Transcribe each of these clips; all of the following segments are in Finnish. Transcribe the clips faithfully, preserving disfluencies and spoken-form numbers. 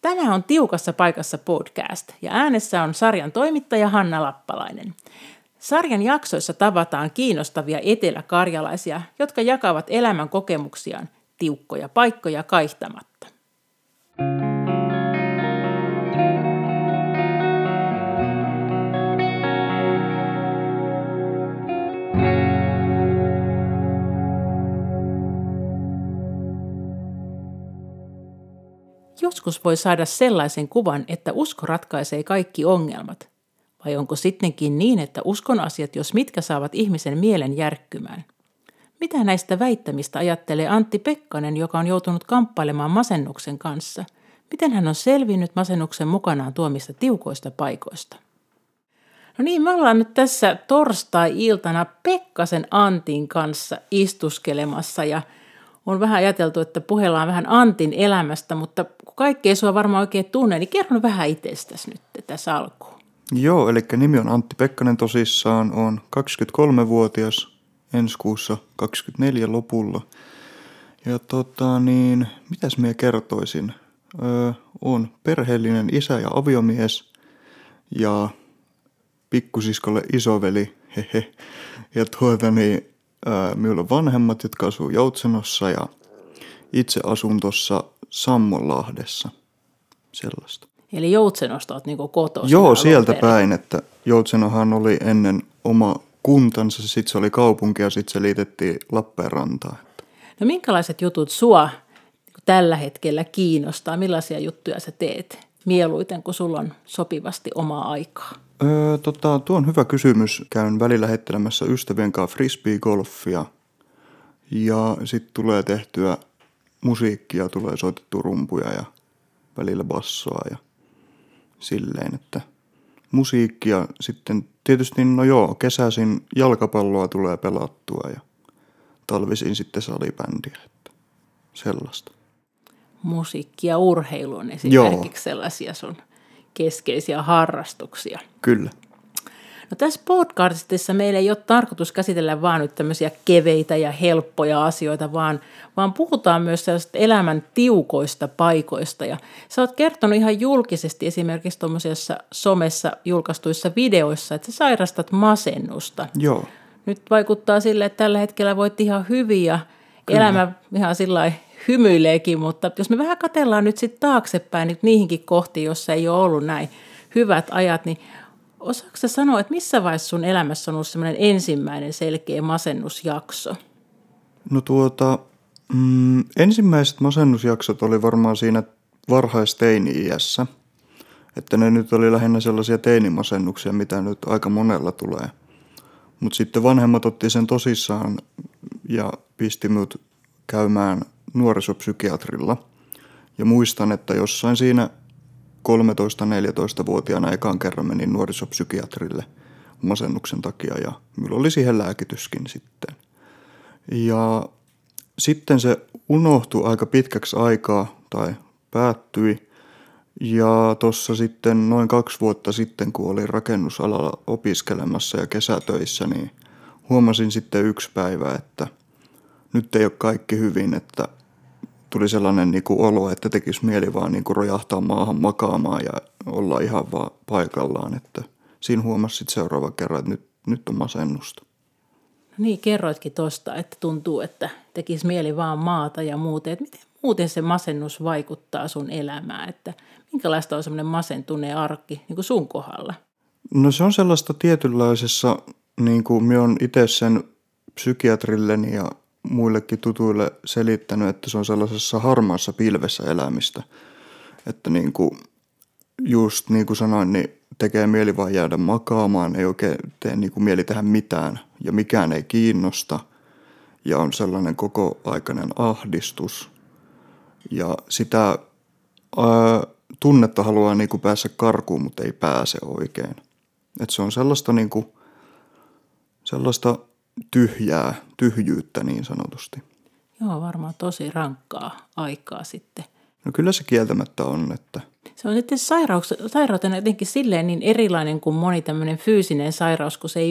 Tänään on Tiukassa paikassa podcast ja äänessä on sarjan toimittaja Hanna Lappalainen. Sarjan jaksoissa tavataan kiinnostavia eteläkarjalaisia, jotka jakavat elämän kokemuksiaan tiukkoja paikkoja kaihtamatta. Joskus voi saada sellaisen kuvan, että usko ratkaisee kaikki ongelmat. Vai onko sittenkin niin, että uskon asiat, jos mitkä saavat ihmisen mielen järkkymään? Mitä näistä väittämistä ajattelee Antti Pekkanen, joka on joutunut kamppailemaan masennuksen kanssa? Miten hän on selvinnyt masennuksen mukanaan tuomista tiukoista paikoista? No niin, me ollaan nyt tässä torstai-iltana Pekkasen Antin kanssa istuskelemassa ja on vähän ajateltu, että puhellaan vähän Antin elämästä, mutta kun kaikki ei sua varmaan oikein tunne, niin kerro vähän itsestäsi nyt tässä alkuun. Joo, eli nimi on Antti Pekkanen tosissaan, on kaksikymmentäkolmevuotias, ensi kuussa kaksikymmentäneljä lopulla. Ja tota niin, mitäs minä kertoisin? Öö, on perheellinen isä ja aviomies ja pikkusiskolle isoveli, hehe. Ja tuota niin, öö, minulla on vanhemmat, jotka asuu Joutsenossa ja itse asun tuossa Sammonlahdessa, sellaista. Eli Joutsenosta olet niinku kotoisin. Joo, sieltä päin, että Joutsenohan oli ennen oma kuntansa, sitten se oli kaupunki ja sitten se liitettiin Lappeenrantaan. No minkälaiset jutut sua tällä hetkellä kiinnostaa? Millaisia juttuja sä teet mieluiten, kun sulla on sopivasti omaa aikaa? Öö, tota, tuo on hyvä kysymys. Käyn välillä heittelemässä ystävien kanssa frisbee-golfia ja sitten tulee tehtyä musiikkia, tulee soitettua rumpuja ja välillä bassoa ja silleen, että musiikkia sitten tietysti, no joo, kesäisin jalkapalloa tulee pelattua ja talvisin sitten salibändiä, että sellaista. Musiikki ja urheilu on esimerkiksi sellaisia sun keskeisiä harrastuksia. Kyllä. No tässä podcastissa meillä ei ole tarkoitus käsitellä vaan nyt tämmöisiä keveitä ja helppoja asioita, vaan, vaan puhutaan myös sellaisista elämän tiukoista paikoista. Ja sä oot kertonut ihan julkisesti esimerkiksi tuommoisessa somessa julkaistuissa videoissa, että sä sairastat masennusta. Joo. Nyt vaikuttaa sille, että tällä hetkellä voit ihan hyvin ja Kyllä. elämä ihan sillä hymyileekin, mutta jos me vähän katsellaan nyt sitten taaksepäin nyt niihinkin kohtiin, jossa ei ole ollut näin hyvät ajat, niin osaatko sä sanoa, että missä vaiheessa sun elämässä on ollut semmoinen ensimmäinen selkeä masennusjakso? No tuota, mm, ensimmäiset masennusjaksot oli varmaan siinä varhaisteini-iässä. Että ne nyt oli lähinnä sellaisia teinimasennuksia, mitä nyt aika monella tulee. Mutta sitten vanhemmat otti sen tosissaan ja pisti minut käymään nuorisopsykiatrilla. Ja muistan, että jossain siinä kolmetoista-neljätoista-vuotiaana ekan kerran menin nuorisopsykiatrille masennuksen takia ja minulla oli siihen lääkityskin sitten. Ja sitten se unohtui aika pitkäksi aikaa tai päättyi ja tuossa sitten noin kaksi vuotta sitten, kun olin rakennusalalla opiskelemassa ja kesätöissä, niin huomasin sitten yksi päivä, että nyt ei ole kaikki hyvin, että tuli sellainen niin kuin olo, että tekisi mieli vaan niin kuin rojahtaa maahan makaamaan ja olla ihan vaan paikallaan. Että siinä huomasi sitten seuraavan kerran, että nyt, nyt on masennusta. No niin, kerroitkin tuosta, että tuntuu, että tekisi mieli vaan maata ja muuten. Että miten muuten se masennus vaikuttaa sun elämään? Että minkälaista on semmoinen masentuneen arkki niin kuin sun kohdalla? No se on sellaista tietynlaisessa, niin kuin minä olen itse sen psykiatrilleni ja muillekin tutuille selittänyt, että se on sellaisessa harmaassa pilvessä elämistä. Että niin kuin, just niin kuin sanoin, niin tekee mieli vaan jäädä makaamaan, ei oikein tee niin kuin mieli tehdä mitään ja mikään ei kiinnosta. Ja on sellainen kokoaikainen ahdistus ja sitä ää, tunnetta haluaa niin kuin päästä karkuun, mutta ei pääse oikein. Että se on sellaista niin kuin, sellaista tyhjää, tyhjyyttä niin sanotusti. Joo, varmaan tosi rankkaa aikaa sitten. No kyllä se kieltämättä on, että se on sitten sairautena jotenkin silleen niin erilainen kuin moni tämmöinen fyysinen sairaus, kun se ei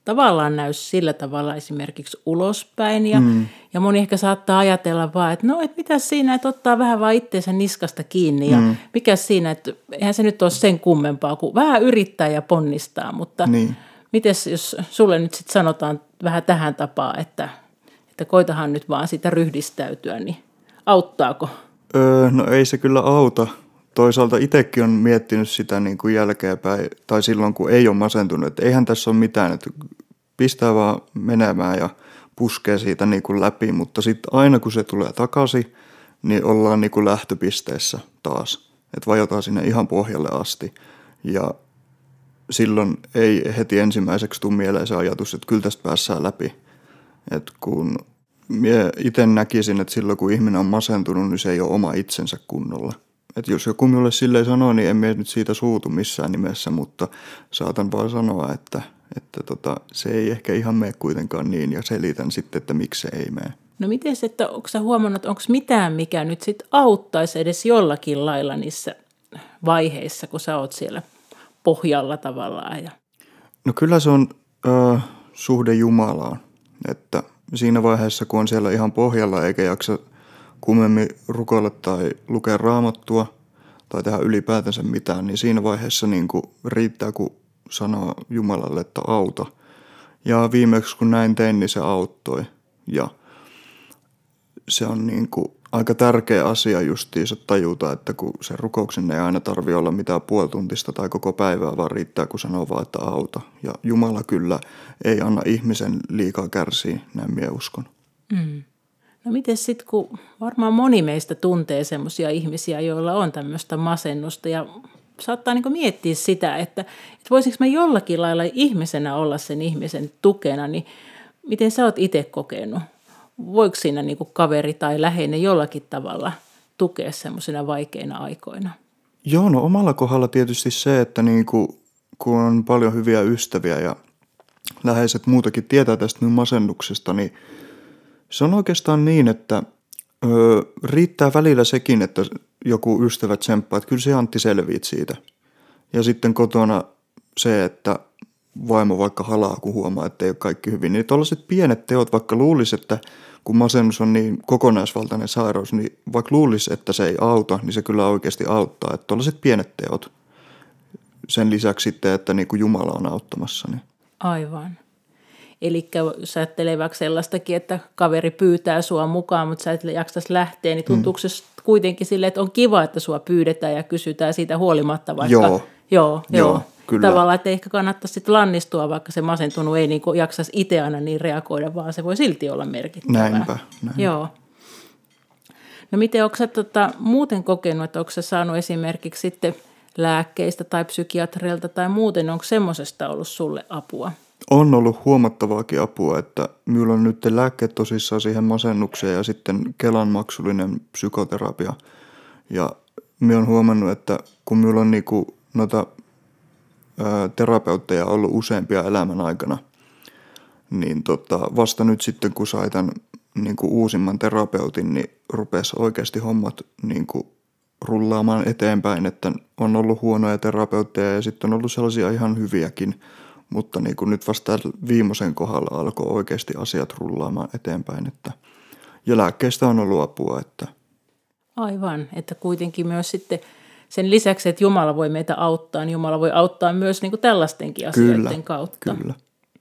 tavallaan näy sillä tavalla esimerkiksi ulospäin. Ja, mm. ja moni ehkä saattaa ajatella vaan, että no, et mitä siinä, että ottaa vähän vaan itteensä niskasta kiinni. Ja mm. mikä siinä, että eihän se nyt ole sen kummempaa, kuin vähän yrittää ja ponnistaa. Mutta niin. Mites jos sulle nyt sitten sanotaan vähän tähän tapaan, että, että koitahan nyt vaan sitä ryhdistäytyä, niin auttaako? Öö, no ei se kyllä auta. Toisaalta itsekin on miettinyt sitä niin kuin jälkeenpäin, tai silloin kun ei ole masentunut, että eihän tässä ole mitään, että pistää vaan menemään ja puskee siitä niin kuin läpi, mutta sitten aina kun se tulee takaisin, niin ollaan niin kuin lähtöpisteessä taas, että vajotaan sinne ihan pohjalle asti ja silloin ei heti ensimmäiseksi tule mieleen se ajatus, että kyllä tästä päässään läpi, että kun minä itse näkisin, että silloin kun ihminen on masentunut, niin se ei ole oma itsensä kunnolla. Että jos joku minulle silleen sanoo, niin en mene nyt siitä suutu missään nimessä, mutta saatan vaan sanoa, että, että tota, se ei ehkä ihan mene kuitenkaan niin ja selitän sitten, että miksi se ei mene. No miten se, että onko sä huomannut, onko mitään, mikä nyt sitten auttaisi edes jollakin lailla niissä vaiheissa, kun sä oot siellä pohjalla tavallaan? Ja... No kyllä se on äh, suhde Jumalaan, että siinä vaiheessa, kun on siellä ihan pohjalla eikä jaksa kummemmin rukoilla tai lukea raamattua tai tehdä ylipäätänsä mitään, niin siinä vaiheessa niin kuin riittää, kun sanoo Jumalalle, että auta. Ja viimeksi kun näin tein, niin se auttoi. Ja se on niin kuin aika tärkeä asia justiinsa tajuta, että kun se rukouksen ei aina tarvitse olla mitään puolituntista tai koko päivää, vaan riittää, kun sanoo vaan, että auta. Ja Jumala kyllä ei anna ihmisen liikaa kärsiä, näin minä uskon. Mm. No miten sitten, kun varmaan moni meistä tuntee semmoisia ihmisiä, joilla on tämmöistä masennusta ja saattaa niin kuin miettiä sitä, että, että voisinko mä jollakin lailla ihmisenä olla sen ihmisen tukena, niin miten sä oot itse kokenut? Voiko siinä niin kuin kaveri tai läheinen jollakin tavalla tukea semmoisina vaikeina aikoina? Joo, no omalla kohdalla tietysti se, että niin kuin, kun on paljon hyviä ystäviä ja läheiset muutakin tietää tästä minun masennuksesta, niin se on oikeastaan niin, että ö, riittää välillä sekin, että joku ystävä tsemppaa, että kyllä se Antti selviit siitä. Ja sitten kotona se, että vaimo vaikka halaa, kun huomaa, että ei ole kaikki hyvin. Niin tuollaiset pienet teot, vaikka luulisi, että kun masennus on niin kokonaisvaltainen sairaus, niin vaikka luulisi, että se ei auta, niin se kyllä oikeasti auttaa. Että tuollaiset pienet teot sen lisäksi sitten, että niin kuin Jumala on auttamassa. Niin. Aivan. Eli jos ajattelee vaikka sellaistakin, että kaveri pyytää sua mukaan, mutta sä et jaksaisi lähteä, niin tuntuuko se mm. kuitenkin silleen, että on kiva, että sua pyydetään ja kysytään siitä huolimatta vaikka... Joo, joo, joo. joo kyllä. Tavallaan, että ehkä kannattaisi sitten lannistua, vaikka se masentunut ei niin jaksaisi itse aina niin reagoida, vaan se voi silti olla merkittävää. Näinpä, näin. Joo. No miten, onko sä tota, muuten kokenut, että onko sä saanut esimerkiksi sitten lääkkeistä tai psykiatrilta tai muuten, onko semmoisesta ollut sulle apua? On ollut huomattavaakin apua, että minulla on nyt lääkkeet tosissaan siihen masennukseen ja sitten Kelan maksullinen psykoterapia. Ja minä olen huomannut, että kun minulla on niinku noita ää, terapeutteja ollut useampia elämän aikana, niin tota, vasta nyt sitten kun sai tämän niinku uusimman terapeutin, niin rupesi oikeasti hommat niinku rullaamaan eteenpäin, että on ollut huonoja terapeutteja ja sitten on ollut sellaisia ihan hyviäkin. Mutta niin kuin nyt vasta viimeisen kohdalla alkoi oikeasti asiat rullaamaan eteenpäin. Että, ja lääkkeistä on ollut apua. Että. Aivan, että kuitenkin myös sitten sen lisäksi, että Jumala voi meitä auttaa, niin Jumala voi auttaa myös niin kuin tällaistenkin asioiden kyllä, kautta. Kyllä.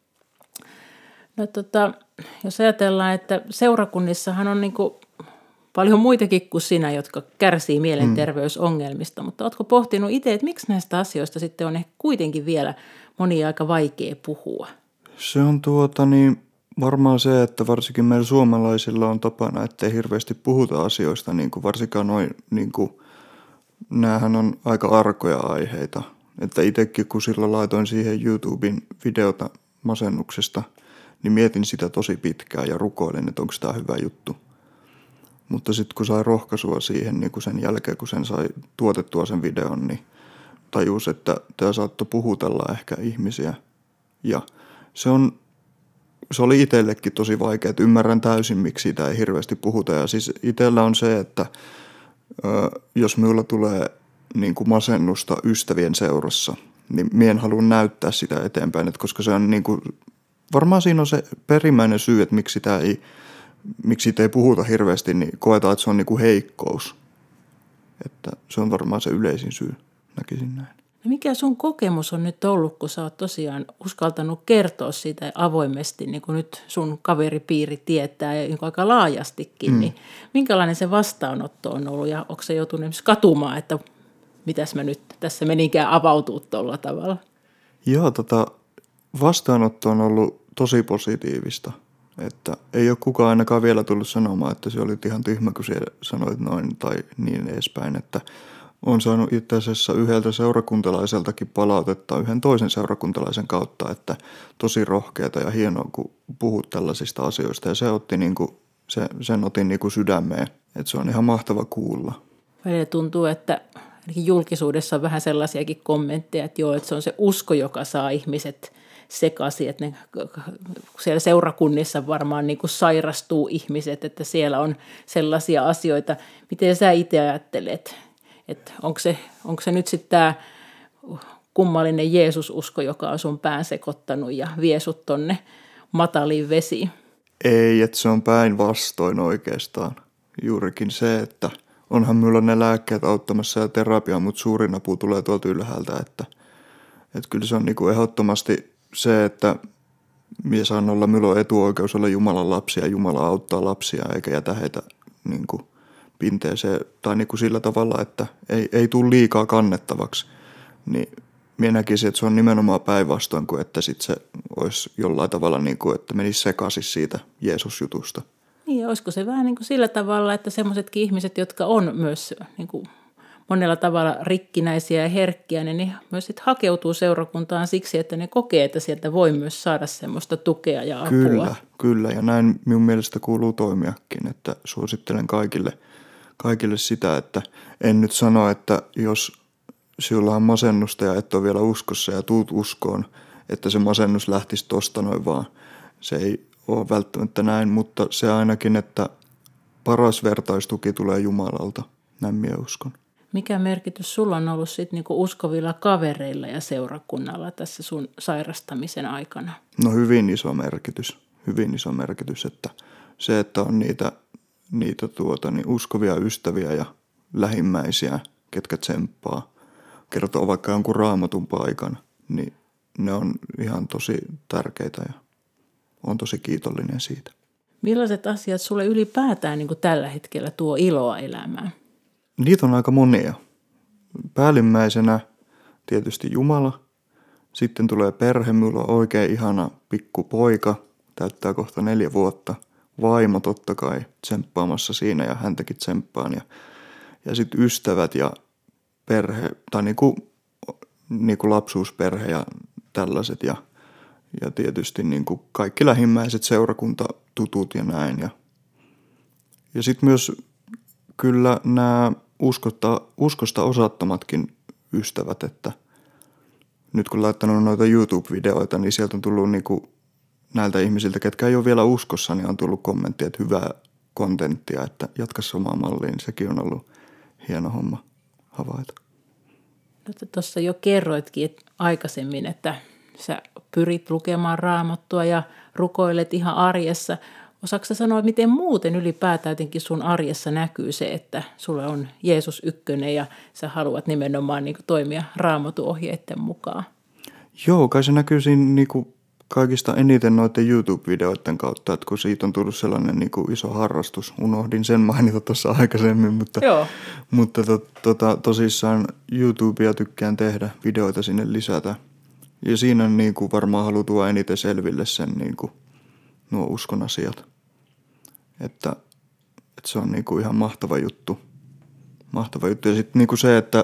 No tota, jos ajatellaan, että seurakunnissahan on niin kuin paljon muitakin kuin sinä, jotka kärsii mielenterveysongelmista, mm. mutta oletko pohtinut itse, että miksi näistä asioista sitten on ehkä kuitenkin vielä monia aika vaikea puhua? Se on tuota niin, varmaan se, että varsinkin meillä suomalaisilla on tapana, että ei hirveästi puhuta asioista, niin kuin varsinkaan noin, niin kuin, näähän on aika arkoja aiheita. Että itsekin kun silloin laitoin siihen YouTuben videota masennuksesta, niin mietin sitä tosi pitkään ja rukoilin, että onko tämä hyvä juttu. Mutta sitten kun sai rohkaisua siihen, niin kun sen jälkeen kun sen sai tuotettua sen videon, niin tajus, että tämä saattoi puhutella ehkä ihmisiä. Ja se, on, se oli itsellekin tosi vaikea, että ymmärrän täysin, miksi siitä ei hirveästi puhuta. Ja siis itsellä on se, että ö, jos minulla tulee niin kuin masennusta ystävien seurassa, niin minä en halua näyttää sitä eteenpäin, että koska se on niin kuin varmaan siinä on se perimmäinen syy, että miksi sitä ei, miksi siitä ei puhuta hirveästi, niin koetaan, että se on niin kuin heikkous. Että se on varmaan se yleisin syy, näkisin näin. No mikä sun kokemus on nyt ollut, kun sä oot tosiaan uskaltanut kertoa siitä avoimesti, niin kuin nyt sun kaveripiiri tietää ja aika laajastikin, mm. niin minkälainen se vastaanotto on ollut ja onko se joutunut esimerkiksi katumaan, että mitäs mä nyt tässä meninkään avautuu tuolla tavalla? Joo, tota, vastaanotto on ollut tosi positiivista, että ei ole kukaan ainakaan vielä tullut sanomaan, että se oli ihan tyhmä, kun siellä sanoit noin tai niin edespäin, että olen saanut itse asiassa yhdeltä seurakuntalaiseltakin palautetta yhden toisen seurakuntalaisen kautta, että tosi rohkeata ja hienoa, kun puhut tällaisista asioista. Ja se otti niin kuin, se, sen otin niin kuin sydämeen, että se on ihan mahtava kuulla. Välillä tuntuu, että ainakin julkisuudessa on vähän sellaisiakin kommentteja, että joo, että se on se usko, joka saa ihmiset sekaisin, että ne, siellä seurakunnissa varmaan niin kuin sairastuu ihmiset, että siellä on sellaisia asioita. Miten sä itse ajattelet? Että onko se, onko se nyt sitten tämä kummallinen Jeesususko, joka on sun pään sekoittanut ja vie sut tonne mataliin vesiin? Ei, että se on päinvastoin oikeastaan. Juurikin se, että onhan minulla ne lääkkeet auttamassa ja terapia, mutta suurin apu tulee tuolta ylhäältä. Että, että kyllä se on niinku ehdottomasti se, että minä saan olla, minulla on etuoikeus olla Jumalan lapsia ja Jumala auttaa lapsia eikä jätä heitä niinku pinteeseen tai niin kuin sillä tavalla, että ei, ei tule liikaa kannettavaksi, niin minä näkisin, että se on nimenomaan päinvastoin kuin että sit se olisi jollain tavalla niin kuin, että menisi sekaisin siitä Jeesus-jutusta. Niin, olisiko se vähän niin kuin sillä tavalla, että semmoisetkin ihmiset, jotka on myös niin kuin monella tavalla rikkinäisiä ja herkkiä, niin ne myös sit hakeutuu seurakuntaan siksi, että ne kokee, että sieltä voi myös saada semmoista tukea ja apua. Kyllä, kyllä, ja näin minun mielestä kuuluu toimiakin, että suosittelen kaikille Kaikille sitä, että en nyt sano, että jos sinulla on masennusta ja et ole vielä uskossa ja tuut uskoon, että se masennus lähtisi tosta noin vaan. Se ei ole välttämättä näin, mutta se ainakin, että paras vertaistuki tulee Jumalalta, näin minä uskon. Mikä merkitys sulla on ollut sit niinku uskovilla kavereilla ja seurakunnalla tässä sun sairastamisen aikana? No hyvin iso merkitys, hyvin iso merkitys, että se, että on niitä niitä tuota, niin uskovia ystäviä ja lähimmäisiä, ketkä tsemppaa, kertoo vaikka jonkun raamatun paikan, niin ne on ihan tosi tärkeitä ja olen tosi kiitollinen siitä. Millaiset asiat sulle ylipäätään niin kuin tällä hetkellä tuo iloa elämään? Niitä on aika monia. Päällimmäisenä tietysti Jumala, sitten tulee perhe, minulla on oikein ihana pikku poika, täyttää kohta neljä vuotta. Vaimo totta kai tsemppaamassa siinä ja häntäkin tsemppaan ja, ja sitten ystävät ja perhe tai niinku, niinku lapsuusperhe ja tällaiset ja, ja tietysti niinku kaikki lähimmäiset seurakuntatutut ja näin. Ja, ja sitten myös kyllä nämä uskosta, uskosta osattomatkin ystävät, että nyt kun laittanut noita YouTube-videoita, niin sieltä on tullut niinku näiltä ihmisiltä, ketkä ei ole vielä uskossa, niin on tullut kommenttia, että hyvää kontenttia, että jatka samaa malliin. Sekin on ollut hieno homma havaita. No, tuossa jo kerroitkin että aikaisemmin, että sä pyrit lukemaan Raamattua ja rukoilet ihan arjessa. Osaatko sä sanoa, miten muuten ylipäätään jotenkin sun arjessa näkyy se, että sulla on Jeesus ykkönen ja sä haluat nimenomaan niin kuin toimia Raamatun ohjeiden mukaan? Joo, kai se näkyy siinä niin kuin kaikista eniten noiden YouTube-videoiden kautta, että kun siitä on tullut sellainen niin kuin iso harrastus. Unohdin sen mainita tuossa aikaisemmin, mutta, Joo. mutta to, tota, tosissaan YouTubea tykkään tehdä, videoita sinne lisätä. Ja siinä niin kuin varmaan haluaa tuoda eniten selville sen niin kuin nuo uskon asiat. Että, että se on niin kuin ihan mahtava juttu. Mahtava juttu. Ja sitten niin kuin se, että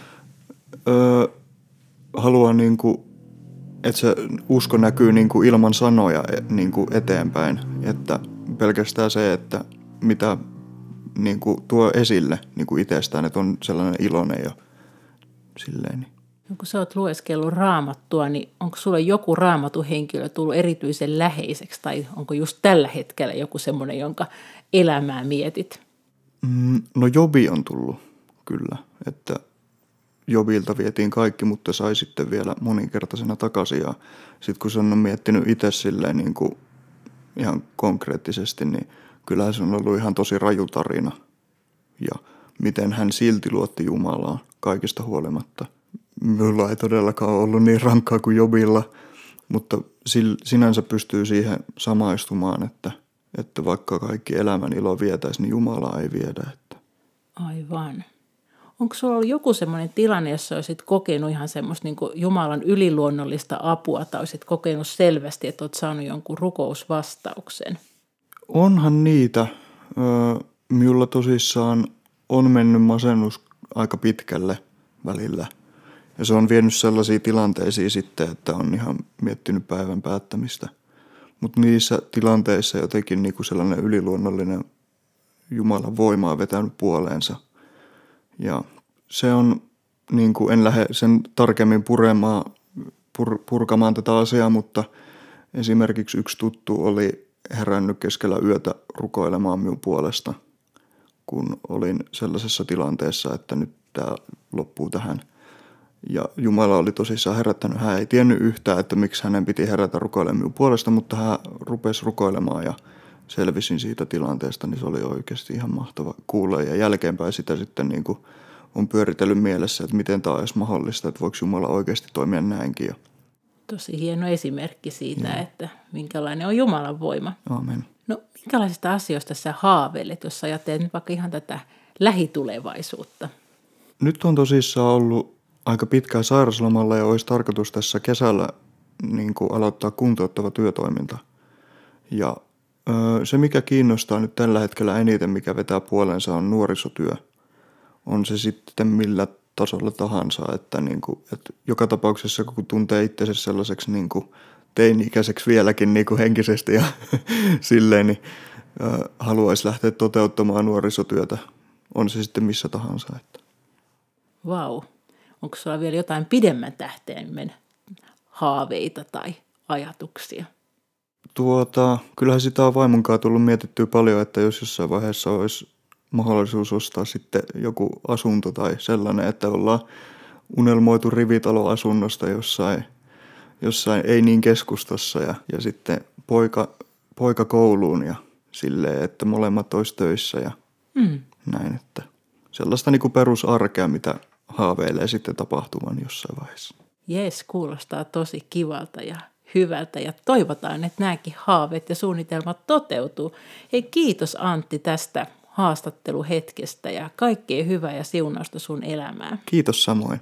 öö, haluaa niin kuin että se usko näkyy niin kuin ilman sanoja niin kuin eteenpäin. Että pelkästään se, että mitä niin kuin tuo esille niin kuin itsestään, että on sellainen iloinen ja silleen. No, kun sä oot lueskellut Raamattua, niin onko sulle joku Raamatun henkilö tullut erityisen läheiseksi? Tai onko just tällä hetkellä joku semmoinen, jonka elämää mietit? Mm, no Jobi on tullut kyllä. Että Jobilta vietiin kaikki, mutta sai sitten vielä moninkertaisena takaisin. Ja sitten kun se on miettinyt itse silleen niin kuin ihan konkreettisesti, niin kyllähän se on ollut ihan tosi raju tarina. Ja miten hän silti luotti Jumalaan kaikista huolimatta. Minulla ei todellakaan ollut niin rankkaa kuin Jobilla, mutta sinänsä pystyy siihen samaistumaan, että, että vaikka kaikki elämän ilo vietäisi, niin Jumalaa ei viedä. Että. Aivan. Onko sulla ollut joku semmoinen tilanne, jossa olisit kokenut ihan semmoista niin kuin Jumalan yliluonnollista apua, tai olisit kokenut selvästi, että olet saanut jonkun rukousvastauksen? Onhan niitä. Minulla tosissaan on mennyt masennus aika pitkälle välillä. Ja se on vienyt sellaisia tilanteisiin sitten, että on ihan miettinyt päivän päättämistä. Mutta niissä tilanteissa jotenkin niinku sellainen yliluonnollinen Jumalan voima on vetänyt puoleensa. Ja se on, niin kuin en lähde sen tarkemmin puremaan, pur, purkamaan tätä asiaa, mutta esimerkiksi yksi tuttu oli herännyt keskellä yötä rukoilemaan minun puolesta, kun olin sellaisessa tilanteessa, että nyt tämä loppuu tähän. Ja Jumala oli tosissaan herättänyt. Hän ei tiennyt yhtään, että miksi hänen piti herätä rukoilemaan minun puolesta, mutta hän rupesi rukoilemaan ja selvisin siitä tilanteesta, niin se oli oikeasti ihan mahtava kuulla. Ja jälkeenpäin sitä sitten niin kuin on pyöritellyt mielessä, että miten tämä on edes mahdollista, että voiko Jumala oikeasti toimia näinkin. Tosi hieno esimerkki siitä, ja. Että minkälainen on Jumalan voima. Amen. No minkälaisista asioista sä haaveilet, jos sä ajattelet nyt vaikka ihan tätä lähitulevaisuutta? Nyt on tosissaan ollut aika pitkään sairaslomalla ja olisi tarkoitus tässä kesällä niin kuin aloittaa kuntouttava työtoiminta. Ja öö, se, mikä kiinnostaa nyt tällä hetkellä eniten, mikä vetää puolensa, on nuorisotyö. On se sitten millä tasolla tahansa, että, niin kuin, että joka tapauksessa kun tuntee itsensä sellaiseksi niin kuin teini-ikäiseksi vieläkin niin kuin henkisesti ja silleen, niin öö, haluaisi lähteä toteuttamaan nuorisotyötä. On se sitten missä tahansa. Että. Vau. Onko sulla vielä jotain pidemmän tähtäimen haaveita tai ajatuksia? Tuota, kyllähän sitä on vaimonkaan tullut mietittyä paljon, että jos jossain vaiheessa olisi mahdollisuus ostaa sitten joku asunto tai sellainen, että ollaan unelmoitu rivitaloasunnosta jossain, jossain ei niin keskustassa ja, ja sitten poika, poika kouluun ja silleen, että molemmat olisi töissä ja mm. näin, että sellaista niin kuin perusarkea, mitä haaveilee sitten tapahtuvan jossain vaiheessa. Jes, kuulostaa tosi kivalta ja hyvältä ja toivotaan, että nämäkin haaveet ja suunnitelmat toteutuu. Hei, kiitos Antti tästä haastatteluhetkestä ja kaikkea hyvää ja siunausta sun elämään. Kiitos samoin.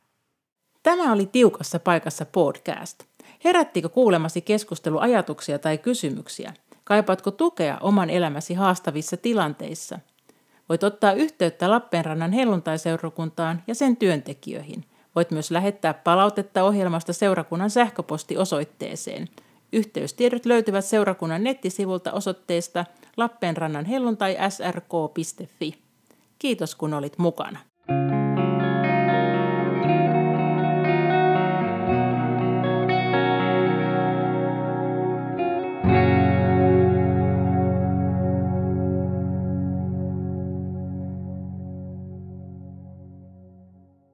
Tämä oli Tiukassa paikassa podcast. Herättikö kuulemasi keskusteluajatuksia tai kysymyksiä? Kaipaatko tukea oman elämäsi haastavissa tilanteissa? Voit ottaa yhteyttä Lappeenrannan helluntaiseurakuntaan ja sen työntekijöihin. Voit myös lähettää palautetta ohjelmasta seurakunnan sähköpostiosoitteeseen. Yhteystiedot löytyvät seurakunnan nettisivulta osoitteesta lappeenrannanhelluntai s r k piste f i. Kiitos kun olit mukana.